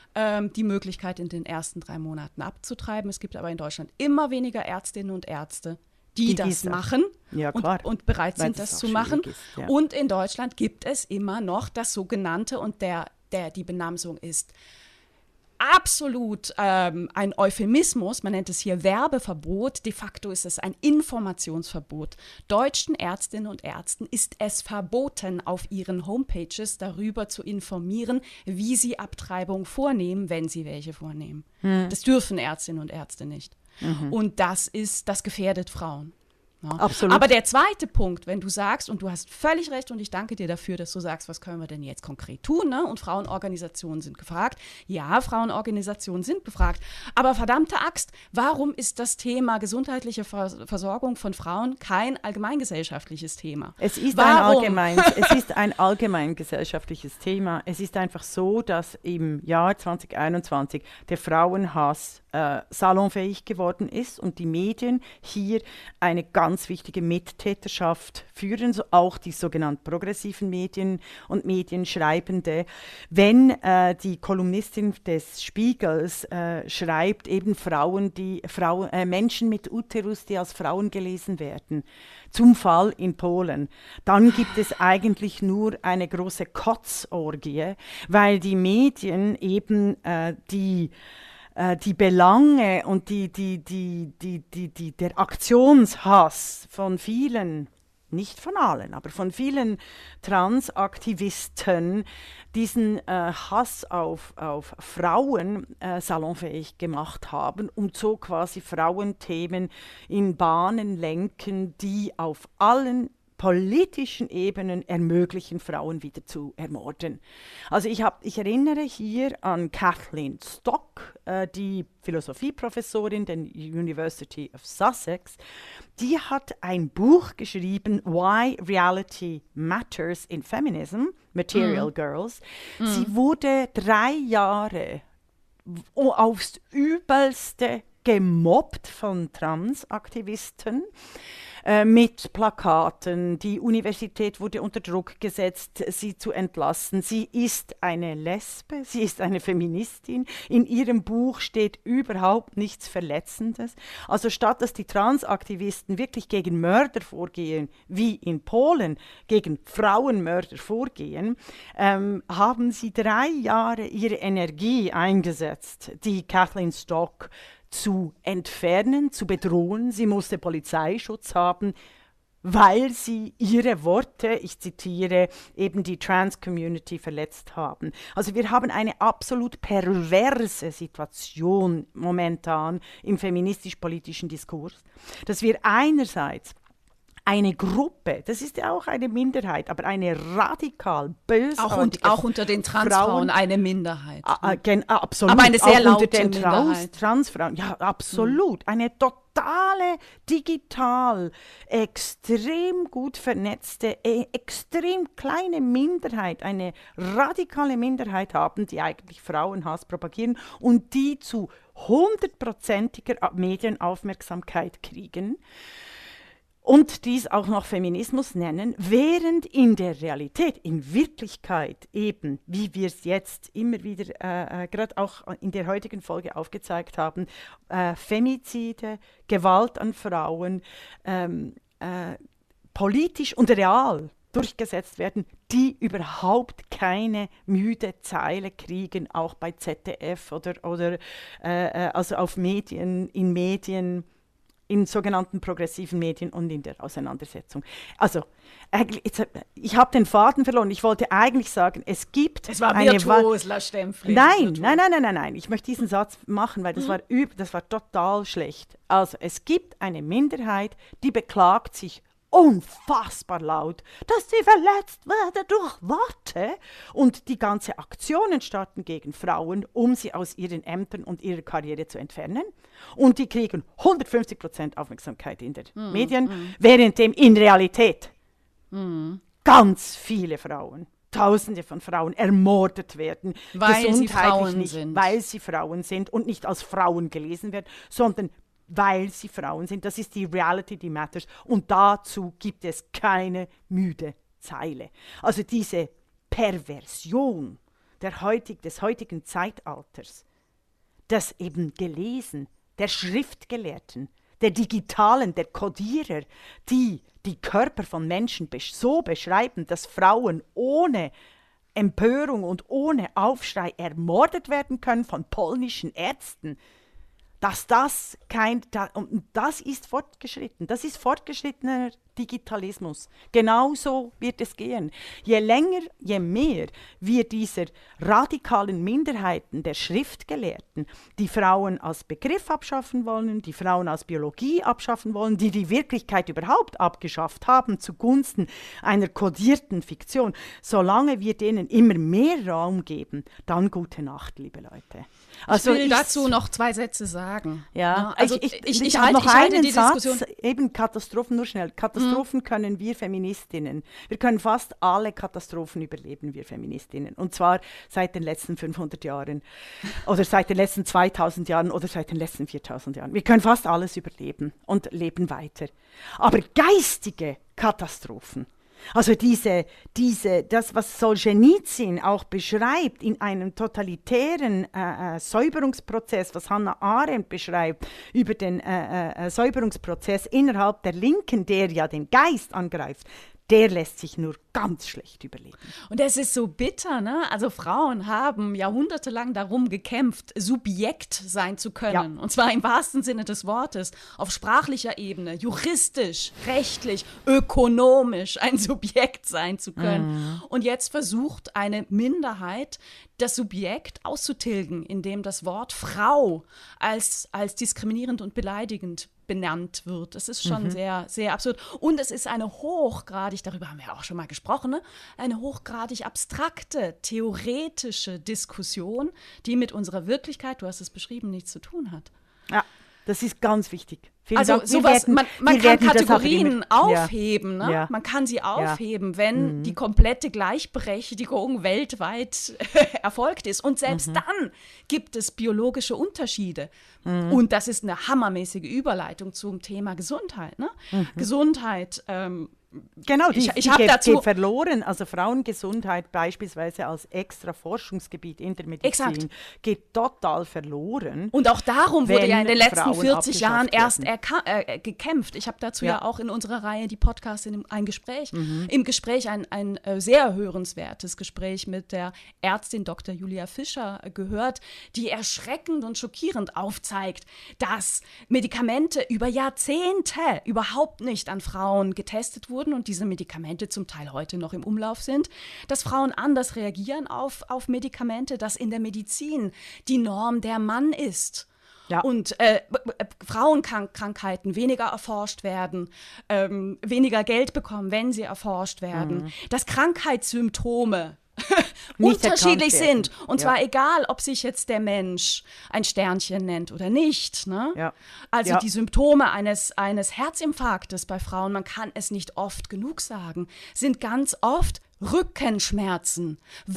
die Möglichkeit, in den ersten drei Monaten abzutreiben. Es gibt aber in Deutschland immer weniger Ärztinnen und Ärzte, die, die das machen ja, und, und bereit sind, das, das zu machen. Ist, ja. Und in Deutschland gibt es immer noch das sogenannte, und der, der, die Benamsung ist absolut ähm, ein Euphemismus, man nennt es hier Werbeverbot, de facto ist es ein Informationsverbot. Deutschen Ärztinnen und Ärzten ist es verboten, auf ihren Homepages darüber zu informieren, wie sie Abtreibung vornehmen, wenn sie welche vornehmen. Hm. Das dürfen Ärztinnen und Ärzte nicht. Mhm. Und das ist, das gefährdet Frauen. Ja. Absolut. Aber der zweite Punkt, wenn du sagst, und du hast völlig recht und ich danke dir dafür, dass du sagst, was können wir denn jetzt konkret tun, ne? Und Frauenorganisationen sind gefragt. Ja, Frauenorganisationen sind gefragt. Aber verdammte Axt, warum ist das Thema gesundheitliche Versorgung von Frauen kein allgemeingesellschaftliches Thema? Es ist, ein, allgemein, es ist ein allgemeingesellschaftliches Thema. Es ist einfach so, dass im Jahr zwanzig einundzwanzig der Frauenhass äh, salonfähig geworden ist und die Medien hier eine ganz ganz wichtige Mittäterschaft führen, so auch die sogenannten progressiven Medien und Medienschreibende. Wenn äh, die Kolumnistin des Spiegels äh, schreibt, eben Frauen, die Frauen, äh, Menschen mit Uterus, die als Frauen gelesen werden, zum Fall in Polen, dann gibt es eigentlich nur eine große Kotzorgie, weil die Medien eben äh, die die Belange und die, die, die, die, die, die, der Aktionshass von vielen, nicht von allen, aber von vielen Transaktivisten, diesen äh, Hass auf, auf Frauen äh, salonfähig gemacht haben und so quasi Frauenthemen in Bahnen lenken, die auf allen politischen Ebenen ermöglichen, Frauen wieder zu ermorden. Also ich, hab, ich erinnere hier an Kathleen Stock, äh, die Philosophieprofessorin der University of Sussex. Die hat ein Buch geschrieben, Why Reality Matters in Feminism, Material mm. Girls. Mm. Sie wurde drei Jahre aufs Übelste gemobbt von Transaktivisten. Mit Plakaten. Die Universität wurde unter Druck gesetzt, sie zu entlassen. Sie ist eine Lesbe, sie ist eine Feministin. In ihrem Buch steht überhaupt nichts Verletzendes. Also statt dass die Transaktivisten wirklich gegen Mörder vorgehen, wie in Polen gegen Frauenmörder vorgehen, ähm, haben sie drei Jahre ihre Energie eingesetzt, die Kathleen Stock zu entfernen, zu bedrohen. Sie musste Polizeischutz haben, weil sie ihre Worte, ich zitiere, eben die Trans-Community verletzt haben. Also wir haben eine absolut perverse Situation momentan im feministisch-politischen Diskurs, dass wir einerseits eine Gruppe, das ist ja auch eine Minderheit, aber eine radikal bösartige Auch, auch unter den Transfrauen eine Minderheit. Äh, gen, absolut. Aber eine sehr auch laute unter den Minderheit. Trans, Transfrauen, ja, absolut. Mhm. Eine totale, digital, extrem gut vernetzte, äh, extrem kleine Minderheit, eine radikale Minderheit haben, die eigentlich Frauenhass propagieren und die zu hundertprozentiger Medienaufmerksamkeit kriegen. Und dies auch noch Feminismus nennen, während in der Realität, in Wirklichkeit eben, wie wir es jetzt immer wieder, äh, gerade auch in der heutigen Folge aufgezeigt haben, äh, Femizide, Gewalt an Frauen, ähm, äh, politisch und real durchgesetzt werden, die überhaupt keine müde Zeile kriegen, auch bei Z D F oder, oder äh, also auf Medien, in Medien, in sogenannten progressiven Medien und in der Auseinandersetzung. Also, jetzt, ich habe den Faden verloren. Ich wollte eigentlich sagen, es gibt es war eine... virtuos, La Stempfli. Nein, nein, nein, nein, nein, nein. Ich möchte diesen Satz machen, weil das, mhm. war, üb, das war total schlecht. Also, es gibt eine Minderheit, die beklagt sich unfassbar laut, dass sie verletzt werde durch Worte und die ganze Aktionen starten gegen Frauen, um sie aus ihren Ämtern und ihrer Karriere zu entfernen. Und die kriegen hundertfünfzig Prozent Aufmerksamkeit in den mm, Medien, mm. währenddem in Realität mm. ganz viele Frauen, Tausende von Frauen ermordet werden, weil gesundheitlich sie Frauen nicht, sind. weil sie Frauen sind und nicht als Frauen gelesen werden, sondern weil sie Frauen sind. Das ist die Reality, die matters. Und dazu gibt es keine müde Zeile. Also diese Perversion der heutig, des heutigen Zeitalters, das eben Gelesen der Schriftgelehrten, der Digitalen, der Kodierer, die die Körper von Menschen besch- so beschreiben, dass Frauen ohne Empörung und ohne Aufschrei ermordet werden können von polnischen Ärzten, dass das kein, da, und das ist fortgeschritten, das ist fortgeschrittener Digitalismus. Genauso wird es gehen. Je länger, je mehr wir dieser radikalen Minderheiten der Schriftgelehrten, die Frauen als Begriff abschaffen wollen, die Frauen als Biologie abschaffen wollen, die die Wirklichkeit überhaupt abgeschafft haben zugunsten einer kodierten Fiktion, solange wir denen immer mehr Raum geben, dann gute Nacht, liebe Leute. Also ich will ich, dazu noch zwei Sätze sagen. Ja, also ich, ich, ich, ich, ich halte, noch ich halte einen die Satz, Diskussion. Eben Katastrophen, nur schnell. Katastrophen mhm. können wir Feministinnen. Wir können fast alle Katastrophen überleben, wir Feministinnen. Und zwar seit den letzten fünfhundert Jahren oder seit den letzten zweitausend Jahren oder seit den letzten viertausend Jahren. Wir können fast alles überleben und leben weiter. Aber geistige Katastrophen, also diese, diese, das, was Solzhenitsyn auch beschreibt in einem totalitären äh, äh, Säuberungsprozess, was Hannah Arendt beschreibt über den äh, äh, Säuberungsprozess innerhalb der Linken, der ja den Geist angreift, der lässt sich nur ganz schlecht überleben. Und es ist so bitter, ne? Also Frauen haben jahrhundertelang darum gekämpft, Subjekt sein zu können. Ja. Und zwar im wahrsten Sinne des Wortes, auf sprachlicher Ebene, juristisch, rechtlich, ökonomisch ein Subjekt sein zu können. Mhm. Und jetzt versucht eine Minderheit, das Subjekt auszutilgen, indem das Wort Frau als, als diskriminierend und beleidigend benannt wird. Das ist schon mhm. sehr, sehr absurd. Und es ist eine hochgradig, darüber haben wir auch schon mal gesprochen, ne? eine hochgradig abstrakte, theoretische Diskussion, die mit unserer Wirklichkeit, du hast es beschrieben, nichts zu tun hat. Ja, das ist ganz wichtig. Vielen also Dank. sowas, werden, man, man kann Kategorien immer, aufheben, ja. ne? Ja. Man kann sie aufheben, ja. wenn mhm. die komplette Gleichberechtigung weltweit erfolgt ist. Und selbst mhm. dann gibt es biologische Unterschiede. Mhm. Und das ist eine hammermäßige Überleitung zum Thema Gesundheit. Ne? Mhm. Gesundheit, ähm, Genau, die, ich, ich die habe geht, dazu geht verloren. Also Frauengesundheit beispielsweise als extra Forschungsgebiet in der Medizin Exakt. geht total verloren. Und auch darum wurde ja in den letzten Frauen vierzig Jahren erst werden. äh, gekämpft. Ich habe dazu ja. ja auch in unserer Reihe die Podcasts in ein Gespräch, mhm. im Gespräch ein, ein äh, sehr hörenswertes Gespräch mit der Ärztin Doktor Julia Fischer äh, gehört, die erschreckend und schockierend aufzeigt, dass Medikamente über Jahrzehnte überhaupt nicht an Frauen getestet wurden und diese Medikamente zum Teil heute noch im Umlauf sind, dass Frauen anders reagieren auf, auf Medikamente, dass in der Medizin die Norm der Mann ist. Ja. Und äh, Frauenkrankheiten weniger erforscht werden, ähm, weniger Geld bekommen, wenn sie erforscht werden, mhm. dass Krankheitssymptome unterschiedlich sind. Und ja. zwar egal, ob sich jetzt der Mensch ein Sternchen nennt oder nicht. Ne? Ja. Also ja. die Symptome eines, eines Herzinfarktes bei Frauen, man kann es nicht oft genug sagen, sind ganz oft Rückenschmerzen,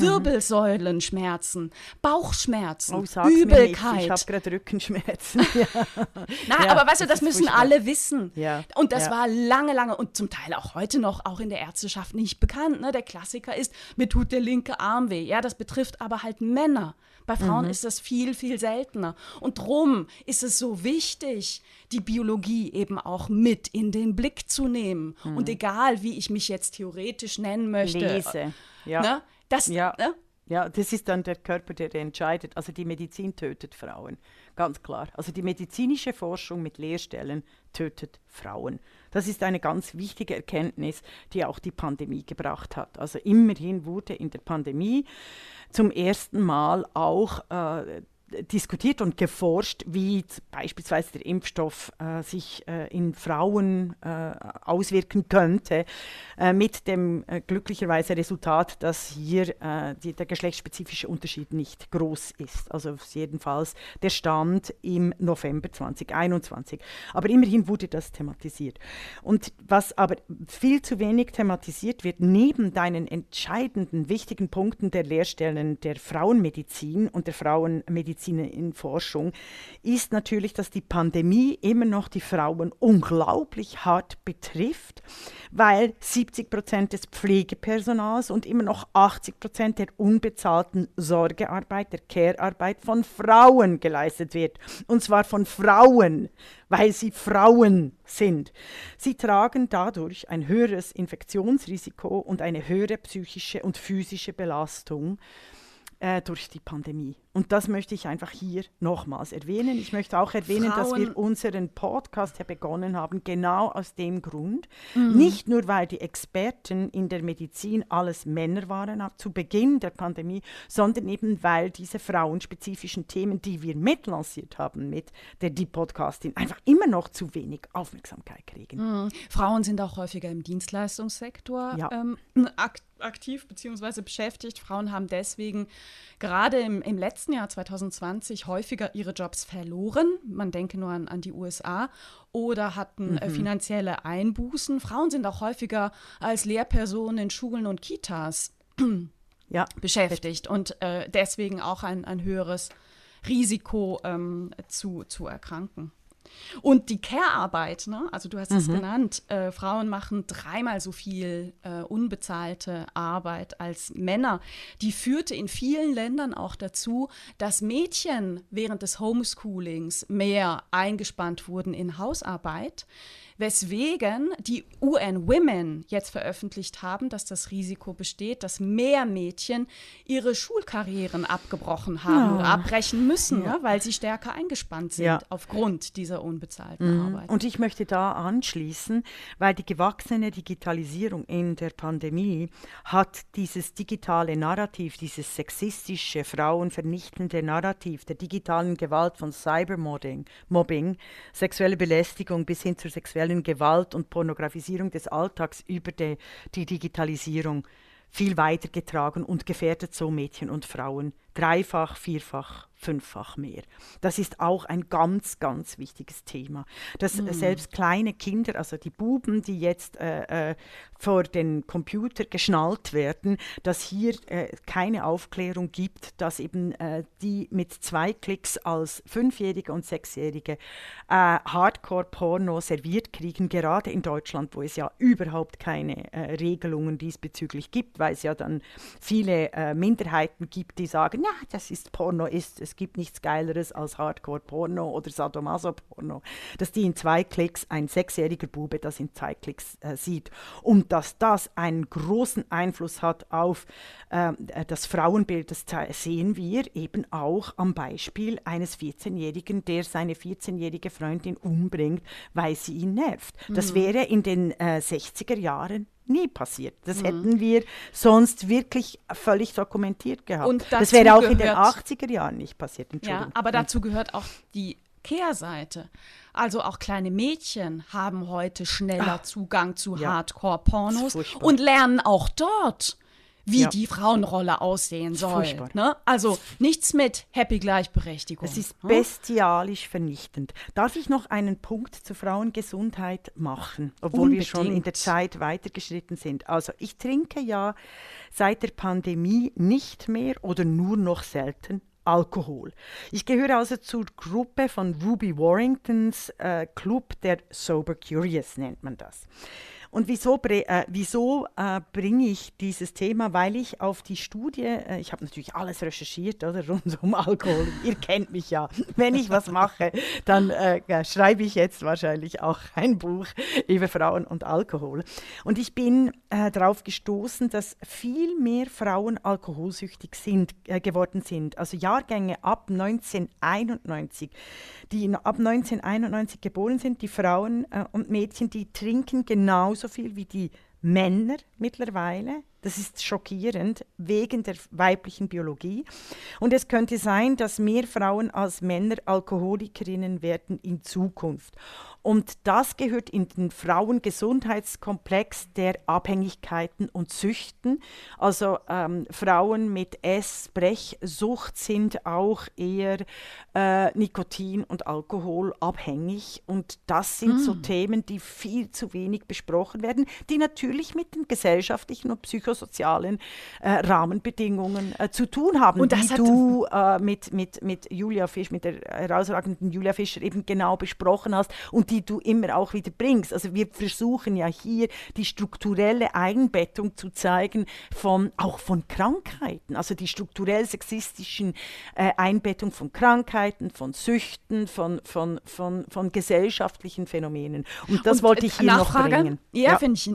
Wirbelsäulenschmerzen, Bauchschmerzen, oh, Übelkeit. Ich habe gerade Rückenschmerzen. ja. Na, ja, aber weißt du, das, das müssen furchtbar. alle wissen. Ja. Und das ja. war lange, lange und zum Teil auch heute noch, auch in der Ärzteschaft nicht bekannt. Ne? Der Klassiker ist, mir tut der linke Arm weh. Ja, das betrifft aber halt Männer. Bei Frauen mhm. ist das viel, viel seltener. Und drum ist es so wichtig, die Biologie eben auch mit in den Blick zu nehmen. Mhm. Und egal, wie ich mich jetzt theoretisch nennen möchte. Lese, ja. Ne? Das, ja. Ne? Ja, das ist dann der Körper, der entscheidet. Also die Medizin tötet Frauen, ganz klar. Also die medizinische Forschung mit Lehrstellen tötet Frauen. Das ist eine ganz wichtige Erkenntnis, die auch die Pandemie gebracht hat. Also immerhin wurde in der Pandemie zum ersten Mal auch äh, diskutiert und geforscht, wie beispielsweise der Impfstoff äh, sich äh, in Frauen äh, auswirken könnte, äh, mit dem äh, glücklicherweise Resultat, dass hier äh, die, der geschlechtsspezifische Unterschied nicht groß ist. Also jedenfalls der Stand im November zwanzig einundzwanzig. Aber immerhin wurde das thematisiert. Und was aber viel zu wenig thematisiert wird, neben deinen entscheidenden, wichtigen Punkten der Lehrstellen der Frauenmedizin und der Frauenmedizin Medizinforschung, ist natürlich, dass die Pandemie immer noch die Frauen unglaublich hart betrifft, weil siebzig Prozent des Pflegepersonals und immer noch achtzig Prozent der unbezahlten Sorgearbeit, der Care-Arbeit von Frauen geleistet wird. Und zwar von Frauen, weil sie Frauen sind. Sie tragen dadurch ein höheres Infektionsrisiko und eine höhere psychische und physische Belastung äh, durch die Pandemie. Und das möchte ich einfach hier nochmals erwähnen. Ich möchte auch erwähnen, Frauen, dass wir unseren Podcast ja begonnen haben, genau aus dem Grund. Mhm. Nicht nur, weil die Experten in der Medizin alles Männer waren ab zu Beginn der Pandemie, sondern eben, weil diese frauenspezifischen Themen, die wir mitlanciert haben mit der Die Podcastin, einfach immer noch zu wenig Aufmerksamkeit kriegen. Mhm. Frauen sind auch häufiger im Dienstleistungssektor ja. ähm, ak- aktiv bzw. beschäftigt. Frauen haben deswegen gerade im, im letzten Jahr zwanzig zwanzig häufiger ihre Jobs verloren. Man denke nur an, an die U S A oder hatten mhm. äh, finanzielle Einbußen. Frauen sind auch häufiger als Lehrpersonen in Schulen und Kitas ja. beschäftigt und äh, deswegen auch ein, ein höheres Risiko ähm, zu, zu erkranken. Und die Care-Arbeit, ne? Also du hast es mhm. genannt, äh, Frauen machen dreimal so viel äh, unbezahlte Arbeit als Männer. Die führte in vielen Ländern auch dazu, dass Mädchen während des Homeschoolings mehr eingespannt wurden in Hausarbeit, weswegen die U N Women jetzt veröffentlicht haben, dass das Risiko besteht, dass mehr Mädchen ihre Schulkarrieren abgebrochen haben ja. oder abbrechen müssen, ja. ne, weil sie stärker eingespannt sind ja. aufgrund dieser unbezahlten mhm. Arbeit. Und ich möchte da anschließen, weil die gewachsene Digitalisierung in der Pandemie hat dieses digitale Narrativ, dieses sexistische, frauenvernichtende Narrativ der digitalen Gewalt von Cybermobbing, Mobbing, sexuelle Belästigung bis hin zur sexuellen Gewalt und Pornografisierung des Alltags über die, die Digitalisierung viel weiter getragen und gefährdet so Mädchen und Frauen dreifach, vierfach, fünffach mehr. Das ist auch ein ganz, ganz wichtiges Thema. Dass mm. selbst kleine Kinder, also die Buben, die jetzt äh, äh, vor den Computer geschnallt werden, dass hier äh, keine Aufklärung gibt, dass eben äh, die mit zwei Klicks als Fünfjährige und Sechsjährige äh, Hardcore-Porno serviert kriegen, gerade in Deutschland, wo es ja überhaupt keine äh, Regelungen diesbezüglich gibt, weil es ja dann viele äh, Minderheiten gibt, die sagen, ja, das ist Porno, ist, es gibt nichts Geileres als Hardcore-Porno oder Sadomaso-Porno, dass die in zwei Klicks, ein sechsjähriger Bube das in zwei Klicks äh, sieht und dass das einen großen Einfluss hat auf äh, das Frauenbild, das sehen wir eben auch am Beispiel eines vierzehnjährigen, der seine vierzehnjährige Freundin umbringt, weil sie ihn nervt. Mhm. Das wäre in den äh, sechziger Jahren nie passiert. Das mhm. hätten wir sonst wirklich völlig dokumentiert gehabt. Und das wäre auch in den achtziger Jahren nicht passiert. Ja, aber dazu gehört auch die Kehrseite. Also auch kleine Mädchen haben heute schneller Ach, Zugang zu ja. Hardcore-Pornos und lernen auch dort, wie ja. die Frauenrolle aussehen soll. Ne? Also nichts mit Happy Gleichberechtigung. Das ist bestialisch vernichtend. Darf ich noch einen Punkt zur Frauengesundheit machen, obwohl Unbedingt. wir schon in der Zeit weitergeschritten sind? Also ich trinke ja seit der Pandemie nicht mehr oder nur noch selten Alkohol. Ich gehöre also zur Gruppe von Ruby Warringtons äh, Club der Sober Curious, nennt man das. Und wieso, äh, wieso äh, bringe ich dieses Thema? Weil ich auf die Studie, äh, ich habe natürlich alles recherchiert, oder, rund um Alkohol. Ihr kennt mich ja. Wenn ich was mache, dann äh, schreibe ich jetzt wahrscheinlich auch ein Buch über Frauen und Alkohol. Und ich bin äh, darauf gestoßen, dass viel mehr Frauen alkoholsüchtig sind, äh, geworden sind. Also Jahrgänge ab neunzehnhunderteinundneunzig, die ab neunzehnhunderteinundneunzig geboren sind, die Frauen äh, und Mädchen, die trinken genauso so viel wie die Männer mittlerweile. Das ist schockierend wegen der weiblichen Biologie. Und es könnte sein, dass mehr Frauen als Männer Alkoholikerinnen werden in Zukunft. Und das gehört in den Frauengesundheitskomplex der Abhängigkeiten und Süchten. Also ähm, Frauen mit Ess-Brechsucht sind auch eher äh, Nikotin- und Alkohol abhängig. Und das sind mm. so Themen, die viel zu wenig besprochen werden, die natürlich mit den gesellschaftlichen und psychosozialen psychosozialen äh, Rahmenbedingungen äh, zu tun haben, und das die du äh, mit, mit, mit Julia Fisch, mit der herausragenden Julia Fischer eben genau besprochen hast und die du immer auch wieder bringst. Also wir versuchen ja hier die strukturelle Einbettung zu zeigen von, auch von Krankheiten, also die strukturell sexistischen äh, Einbettung von Krankheiten, von Süchten, von, von, von, von gesellschaftlichen Phänomenen. Und das und, wollte ich hier Nachfrage? noch bringen. Ja, ja. finde ich,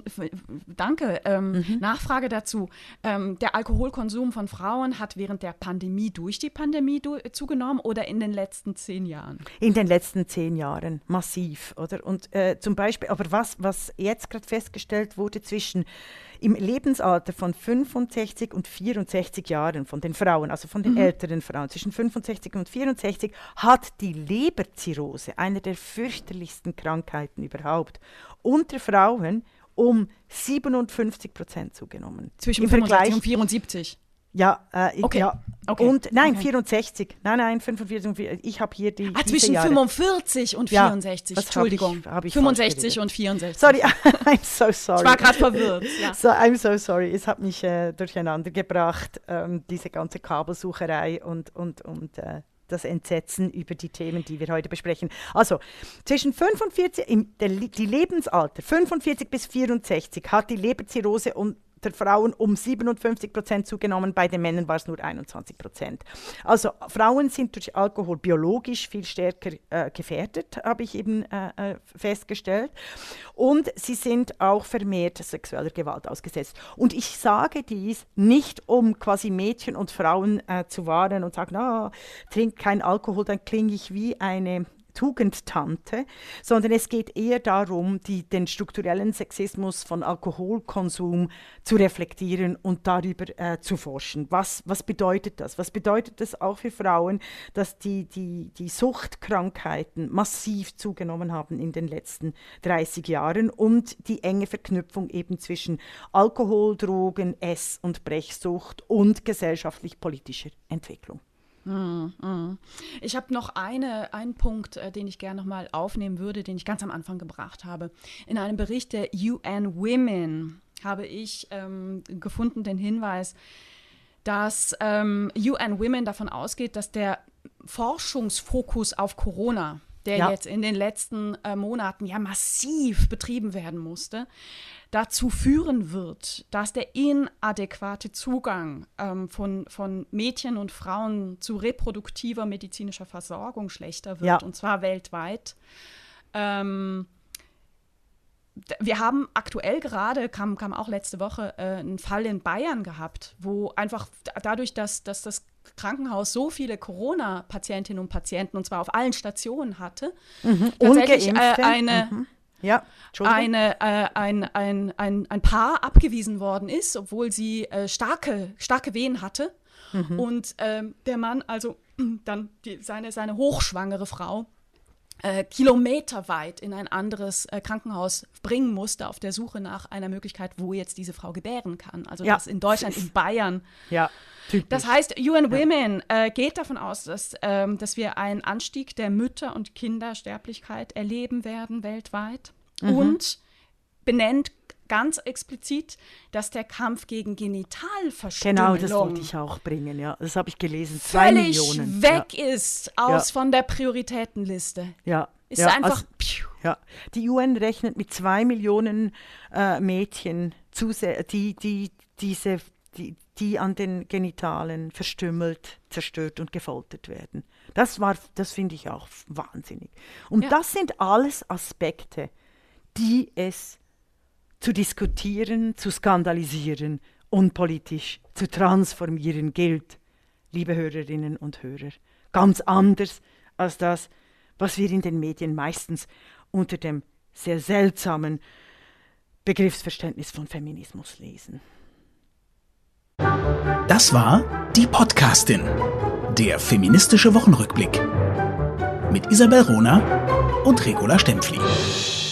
danke. Ähm, mhm. Nachfrage dazu. Ähm, der Alkoholkonsum von Frauen hat während der Pandemie durch die Pandemie du- zugenommen oder in den letzten zehn Jahren? In den letzten zehn Jahren, massiv, oder? Und äh, zum Beispiel, aber was, was jetzt gerade festgestellt wurde zwischen im Lebensalter von fünfundsechzig und vierundsechzig Jahren von den Frauen, also von den mhm. älteren Frauen, zwischen fünfundsechzig und vierundsechzig, hat die Leberzirrhose, eine der fürchterlichsten Krankheiten überhaupt, unter Frauen um siebenundfünfzig Prozent zugenommen. Zwischen fünfundsechzig und vierundsiebzig? Ja, äh, ich, okay. ja. Okay. Und nein, okay. vierundsechzig. Nein, nein, fünfundvierzig und vierundvierzig. Ich habe hier die. Ah, zwischen Jahre. fünfundvierzig und vierundsechzig. Ja, Entschuldigung. Hab ich, hab ich fünfundsechzig und vierundsechzig. Sorry, I'm so sorry. Ich war gerade verwirrt. Ja. So, I'm so sorry. Es hat mich äh, durcheinander gebracht, ähm, diese ganze Kabelsucherei und, und, und äh, das Entsetzen über die Themen, die wir heute besprechen. Also, zwischen fünfundvierzig, im, der, die Lebensalter, fünfundvierzig bis vierundsechzig, hat die Leberzirrhose und der Frauen um siebenundfünfzig Prozent zugenommen, bei den Männern war es nur einundzwanzig Prozent. Also Frauen sind durch Alkohol biologisch viel stärker äh, gefährdet, habe ich eben äh, festgestellt. Und sie sind auch vermehrt sexueller Gewalt ausgesetzt. Und ich sage dies nicht, um quasi Mädchen und Frauen äh, zu warnen und sagen, ah, trink kein Alkohol, dann klinge ich wie eine Tugendtante, sondern es geht eher darum, die, den strukturellen Sexismus von Alkoholkonsum zu reflektieren und darüber äh, zu forschen. Was, was bedeutet das? Was bedeutet das auch für Frauen, dass die, die, die Suchtkrankheiten massiv zugenommen haben in den letzten dreißig Jahren und die enge Verknüpfung eben zwischen Alkohol, Drogen, Ess- und Brechsucht und gesellschaftlich-politischer Entwicklung? Mm, mm. Ich habe noch eine, einen Punkt, äh, den ich gerne nochmal aufnehmen würde, den ich ganz am Anfang gebracht habe. In einem Bericht der U N Women habe ich ähm, gefunden den Hinweis, dass ähm, U N Women davon ausgeht, dass der Forschungsfokus auf Corona, der ja. jetzt in den letzten äh, Monaten ja massiv betrieben werden musste, dazu führen wird, dass der inadäquate Zugang ähm, von, von Mädchen und Frauen zu reproduktiver medizinischer Versorgung schlechter wird, ja. und zwar weltweit. Ähm, wir haben aktuell gerade, kam, kam auch letzte Woche, äh, einen Fall in Bayern gehabt, wo einfach dadurch, dass, dass das Krankenhaus so viele Corona-Patientinnen und Patienten, und zwar auf allen Stationen hatte, mhm. tatsächlich äh, eine... Mhm. Ja, eine, äh, ein, ein, ein, ein Paar abgewiesen worden ist, obwohl sie äh, starke, starke Wehen hatte. Mhm. Und ähm, der Mann, also dann die, seine, seine hochschwangere Frau, äh, kilometerweit in ein anderes äh, Krankenhaus bringen musste, auf der Suche nach einer Möglichkeit, wo jetzt diese Frau gebären kann. Also ja. das in Deutschland, in Bayern. Ja. Typisch. Das heißt, U N Women ja. äh, geht davon aus, dass, ähm, dass wir einen Anstieg der Mütter- und Kindersterblichkeit erleben werden weltweit, mhm. und benennt ganz explizit, dass der Kampf gegen Genitalverstümmelung genau, das wollte ich auch bringen, ja. Das habe ich gelesen. Zwei völlig Millionen. weg ja. ist aus ja. von der Prioritätenliste. Ja. Ist ja, einfach. Also, ja. Die U N rechnet mit zwei Millionen äh, Mädchen, die, die diese Die, die an den Genitalen verstümmelt, zerstört und gefoltert werden. Das war, das finde ich auch wahnsinnig. Und ja. das sind alles Aspekte, die es zu diskutieren, zu skandalisieren und politisch zu transformieren gilt, liebe Hörerinnen und Hörer. Ganz anders als das, was wir in den Medien meistens unter dem sehr seltsamen Begriffsverständnis von Feminismus lesen. Das war die Podcastin, der feministische Wochenrückblick mit Isabel Rohner und Regula Stempfli.